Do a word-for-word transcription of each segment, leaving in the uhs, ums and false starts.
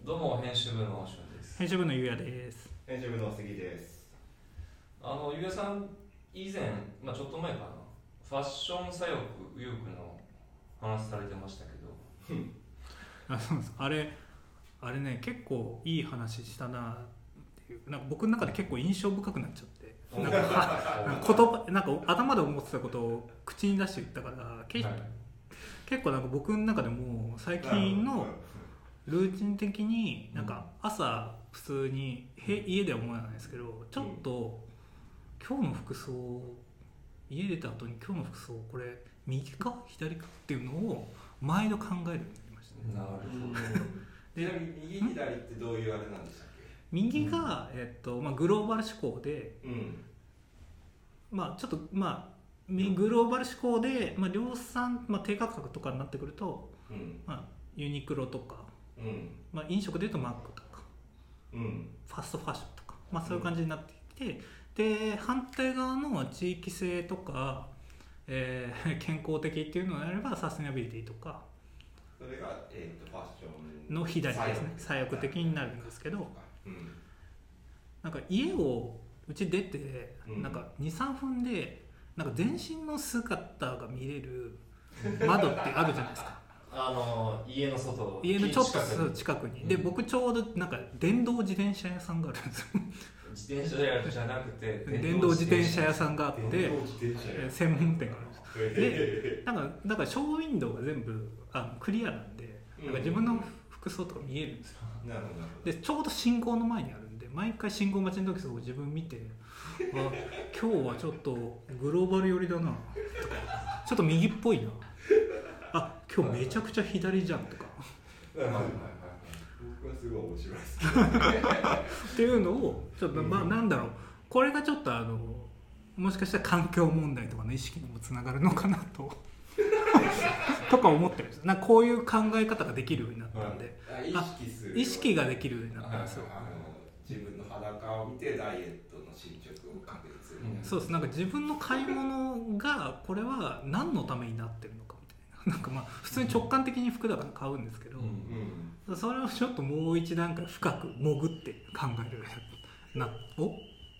どうも編集部のしゅんです。 編集部のゆうやです。 編集部の杉です。 あのゆうやさん以前、まあ、ちょっと前かな、ファッション左翼右翼の話されてましたけどあ、そうです。あれあれね結構いい話したなっていう、なんか僕の中で結構印象深くなっちゃって、なんかは言葉なんか頭で思ってたことを口に出して言ったからけ、はい、結構なんか僕の中でも最近のルーチン的になんか朝普通に家では思わないですけど、ちょっと今日の服装、家出た後に今日の服装これ右か左かっていうのを毎度考えるようになりましたね。 なるほど。ちなみに右左ってどういうあれなんでしたっけ？ 右が、えっとまあ、グローバル思考で、 うん、 まあちょっとまあグローバル思考で、まあ、量産、まあ、低価格とかになってくると、 うんまあ、ユニクロとか、 うんまあ、飲食でいうとマックとか、 うん、 ファストファッションとか、まあ、そういう感じになってきて、うん、で反対側の地域性とか、えー、健康的っていうのをやればサステナビリティとか、 それが、えー、とファッションの左ですね、左翼的になるんですけど、 うん、 なんか家をうち出て、 うん、 なんか にさんぷんでなんか全身の姿が見れる窓ってあるじゃないですかあの家の外、 家のちょっと近くに、 うん、 で僕ちょうどなんか電動自転車屋さんがあるんですよ自転車屋じゃなくて電動自転車屋さんがあって専門店があるんですよ。でなんかだからショーウィンドウが全部あのクリアなんで、なんか自分の服装とか見えるんですよ。 なるほど。でちょうど信号の前にあるんで、毎回信号待ちの時そこ自分見て、あ今日はちょっとグローバル寄りだなとか、ちょっと右っぽいな、あ今日めちゃくちゃ左じゃんとかはいはいはいはい、僕はすごい面白いですっていうのをちょっと、まあなんだろう、これがちょっとあのもしかしたら環境問題とかの意識にもつながるのかなととか思ってるんです。なんかこういう考え方ができるようになったんで、 はい、意識する意識ができるようになったんですよ。 あの自分の裸を見てダイエットの進捗を確認する、 うん、そうです。なんか自分の買い物がこれは何のためになってるのかみたいな、なんかまあ普通に直感的に服だから買うんですけど、うんうん、それをちょっともう一段階深く潜って考えるようになお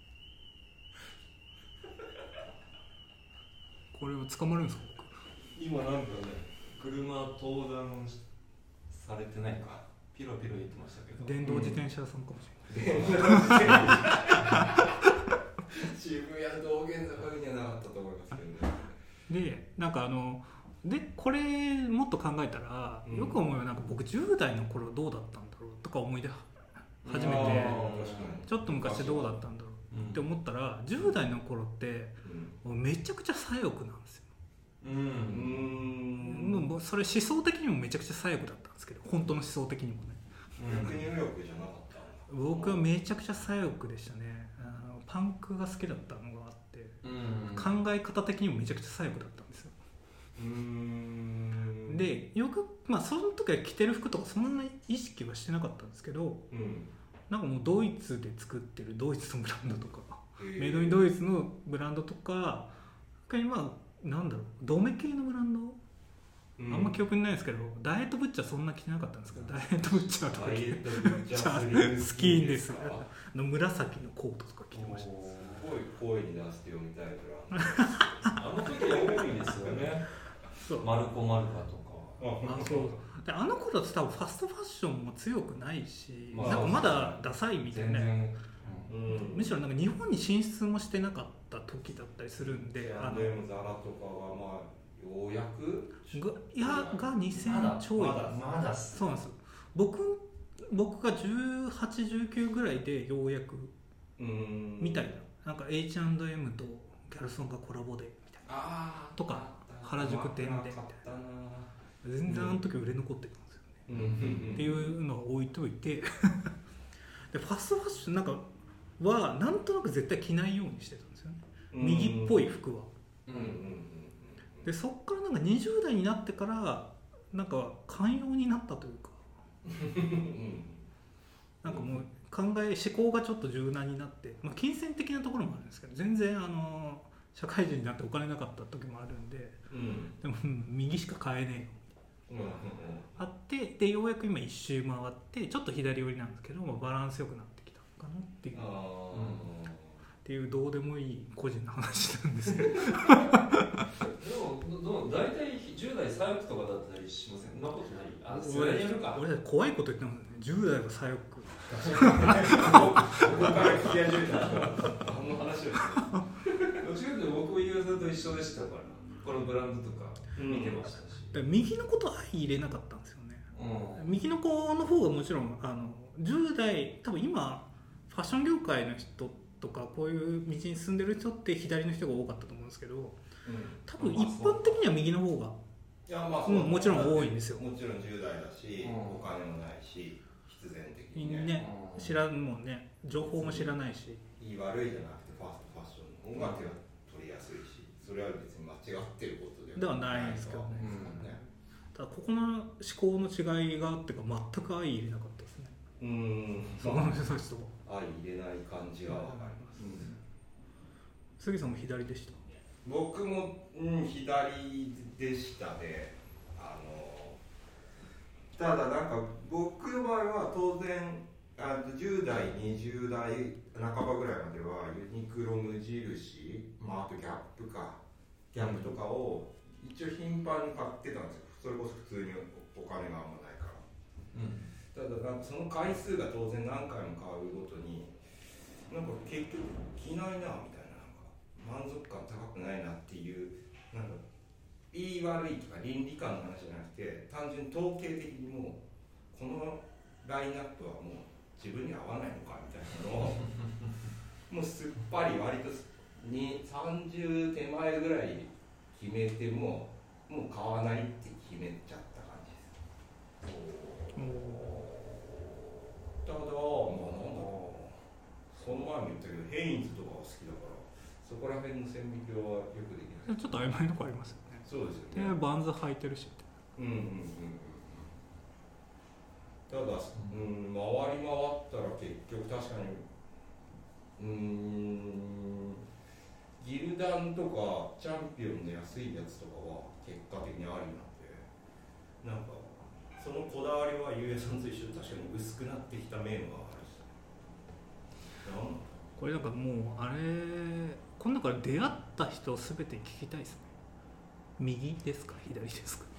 これを捕まるんですか僕。 今なんかね車盗難されてないかピロピロ言ってましたけど、 電動自転車屋さんかもしれない、 うん、渋谷道玄坂にはなかったと思いますけどね。 でなんかあのでこれもっと考えたら、うん、よく思うよ、なんか僕じゅう代の頃どうだったんだろうとか思い出始めて、ちょっと昔どうだったんだろうって思ったら、じゅう代の頃ってもうめちゃくちゃ左翼なんですよ。うん、もうそれ思想的にもめちゃくちゃ左翼だったんですけど、本当の思想的にもね。 逆に右翼じゃなかった。 僕はめちゃくちゃ左翼でしたね。あのパンクが好きだったのがあって、考え方的にもめちゃくちゃ左翼だったんですよ。うーんでよく、まあその時は着てる服とかそんな意識はしてなかったんですけど、うん、なんかもうドイツで作ってるドイツのブランドとか、メイドインドイツのブランドとか、他にまあなんだろう、ドメ系のブランド、うん、あんま記憶にないですけど、ダイエットブッチはそんな着てなかったんですけど、ダイエットブッチはとか着てスキーンですの紫のコートとか着てました。 すごい声に出して読みたいブランドあの時は多いですよね。マルコ・マルカとか、 ああそうで、あの頃だと多分ファストファッションも強くないし、まあ、なんかまだダサいみたいな、ね、うん、むしろなんか日本に進出もしてなかった時だったりするんで、 あのザラとかはまあようやくがいやがにせんちょい、 まだまだそうなんですよ。僕僕がじゅうはち、じゅうきゅうぐらいでようやくみたいな、なんか エイチアンドエム とギャルソンがコラボでみたいなとか。原宿店でみたいな、全然あの時売れ残ってたんですよね、うん、っていうのを置いといてでファストファッションなんかはなんとなく絶対着ないようにしてたんですよね、右っぽい服は、うんうん、でそっからなんかにじゅう代になってからなんか寛容になったというかなんかもう考え思考がちょっと柔軟になって、まあ、金銭的なところもあるんですけど、全然あの社会人になってお金なかった時もあるんで、うん、でも右しか買えねあってでようやく今一周回ってちょっと左寄りなんですけど、まあ、バランスよくなってきたかなっていう、 あ、 うん、っていうどうでもいい個人の話なんですけどでもど大体じゅう代左翼とかだったりしません？そんなことない？あ、それによるか。 俺怖いこと言ってますね。じゅう代が左翼ここから聞き始めたら何の話をしてどっちかというと僕もユーザーと一緒でしたから、このブランドとか見てましたし、 うん、右の子と相入れなかったんですよね、うん、右の子の方がもちろんあのじゅう代多分今ファッション業界の人とかこういう道に進んでる人って左の人が多かったと思うんですけど、うん、多分一般的には右の方が、 いやまあうん、もちろん多いんですよ。 もちろんじゅう代だし、うん、お金もないし必然的に ね, ね、うん、知らんもんね、情報も知らないし、 いい悪いじゃなくてファーストファッションの方が手が取りやすいし、それは別に間違ってることではないんですけどね、うん、 ただここの思考の違いがっていうか全く相入れなかったですね。 うーん、 そこの人たちと相入れない感じがわかります、うん、 杉さんも左でした？ 僕も、うん、左でしたね。あのただなんか僕の場合は当然あじゅう代にじゅう代半ばぐらいまではユニクロ無印、まあ、あとギャップかギャップとかを一応頻繁に買ってたんですよ。それこそ普通にお金があんまないから、うん、ただなんかその回数が当然何回も買うごとになんか結局着ないなみたいな、なんか満足感高くないなっていうなんかいい悪いとか倫理観の話じゃなくて単純に統計的にもうこのラインナップはもう自分に合わないのかみたいなのをもうすっぱり割とにさんじゅう手前ぐらい決めてももう買わないって決めちゃった感じです。ただまあなんだろう、その前も言ったけどヘインズとかは好きだからそこら辺の線引きはよくできない。 ちょっと曖昧なとこありますよね。 そうですよね。 でバンズ履いてるしみたいな。 うんうんうんうん。ただ、うん、回り回ったら結局確かにうーんギルダンとかチャンピオンの安いやつとかは結果的にありなんで、なんかそのこだわりはゆうやさんと一緒で確かに薄くなってきた面があるし、なんこれなんかもうあれこの中で出会った人すべてに聞きたいですね。右ですか左ですか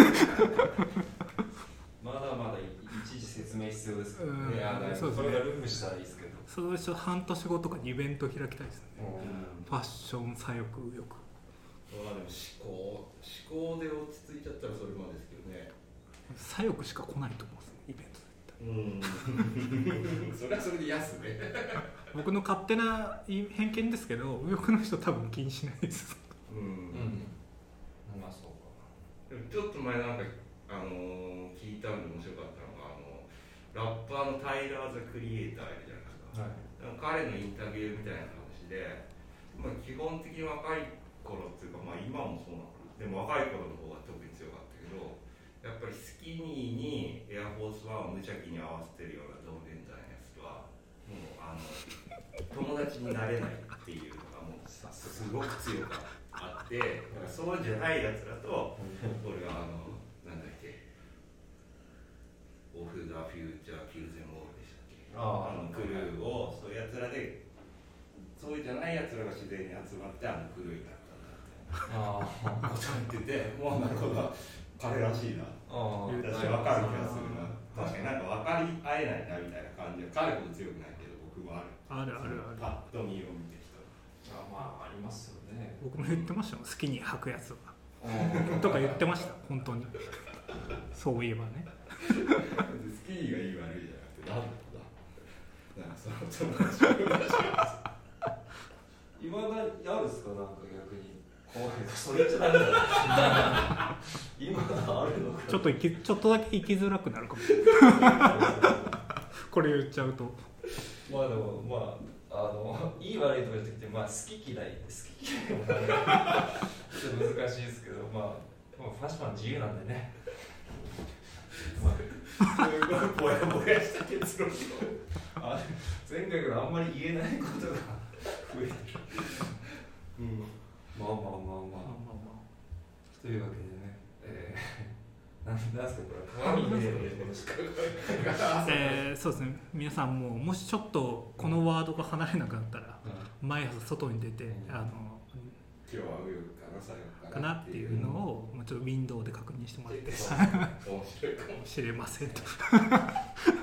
まだまだ一時説明必要ですけどね。 いやだいぶそれがループしたらいいですけど、 それちょっと半年後とかにイベント開きたいですね。ファッション左翼右翼。 まあでも思考思考で落ち着いちゃったらそれまでですけどね。 左翼しか来ないと思うんですねイベントだったら。うん。 それはそれで安ね。 僕の勝手な偏見ですけど右翼の人多分気にしないです。 うん。うんまあそうか。 でもちょっと前なんかあのー、聞いたんで面白かったのがあのラッパーのタイラー・ザ・クリエイターいるじゃないですか、はい、彼のインタビューみたいな話で、まあ、基本的に若い頃っていうか、まあ、今もそうなのかな、でも若い頃の方が特に強かったけどやっぱりスキニーにエアフォースワンを無邪気に合わせてるような同年代のやつはもうあの友達になれないっていうのがもうすごく強かったあって、だからそうじゃないやつらと俺はあのなんだっけオフ・ザ・フューチャー・キルゼン・ウォールでしたっけ、あのクルーをそういうやつらでそうじゃないやつらが自然に集まってあのクルーになったんだってこと言ってて、もうなるほど彼らしいな、私は分かる気がするな、確かになんか分かり合えないなみたいな感じで、彼ほど強くないけど僕もあるあるあるあるパッと見を見てきた。 あまあありますよね。 僕も言ってましたもん、好きに履くやつはとか言ってました本当に。そういえばねスキーがいい悪いじゃなくてなんだなんかその友達いまだにあるっすか、なんか逆に怖いそれじゃダメだ今だあるのか、 ちょっときちょっとだけ生きづらくなるかもしれないこれ言っちゃうと。 まあでもまああのいい悪いとかじゃなくて、まあ好き嫌い好き嫌いもねちょっと難しいですけど、まあファッションは自由なんでね。まあ、すごいぼやぼやした結論あ前回からあんまり言えないことが増えてる、うん、まあまあまあまあ、まあまあまあ、というわけでね、えー、 なんですかこれ鏡見れるってことですかえー、そうですね皆さんももしちょっとこのワードが離れなくなったら、うん、毎朝外に出て、うん、あの今日は右翼かなっていうのを、うん、ちょっとウィンドウで確認してもらって面白いかもしれませんと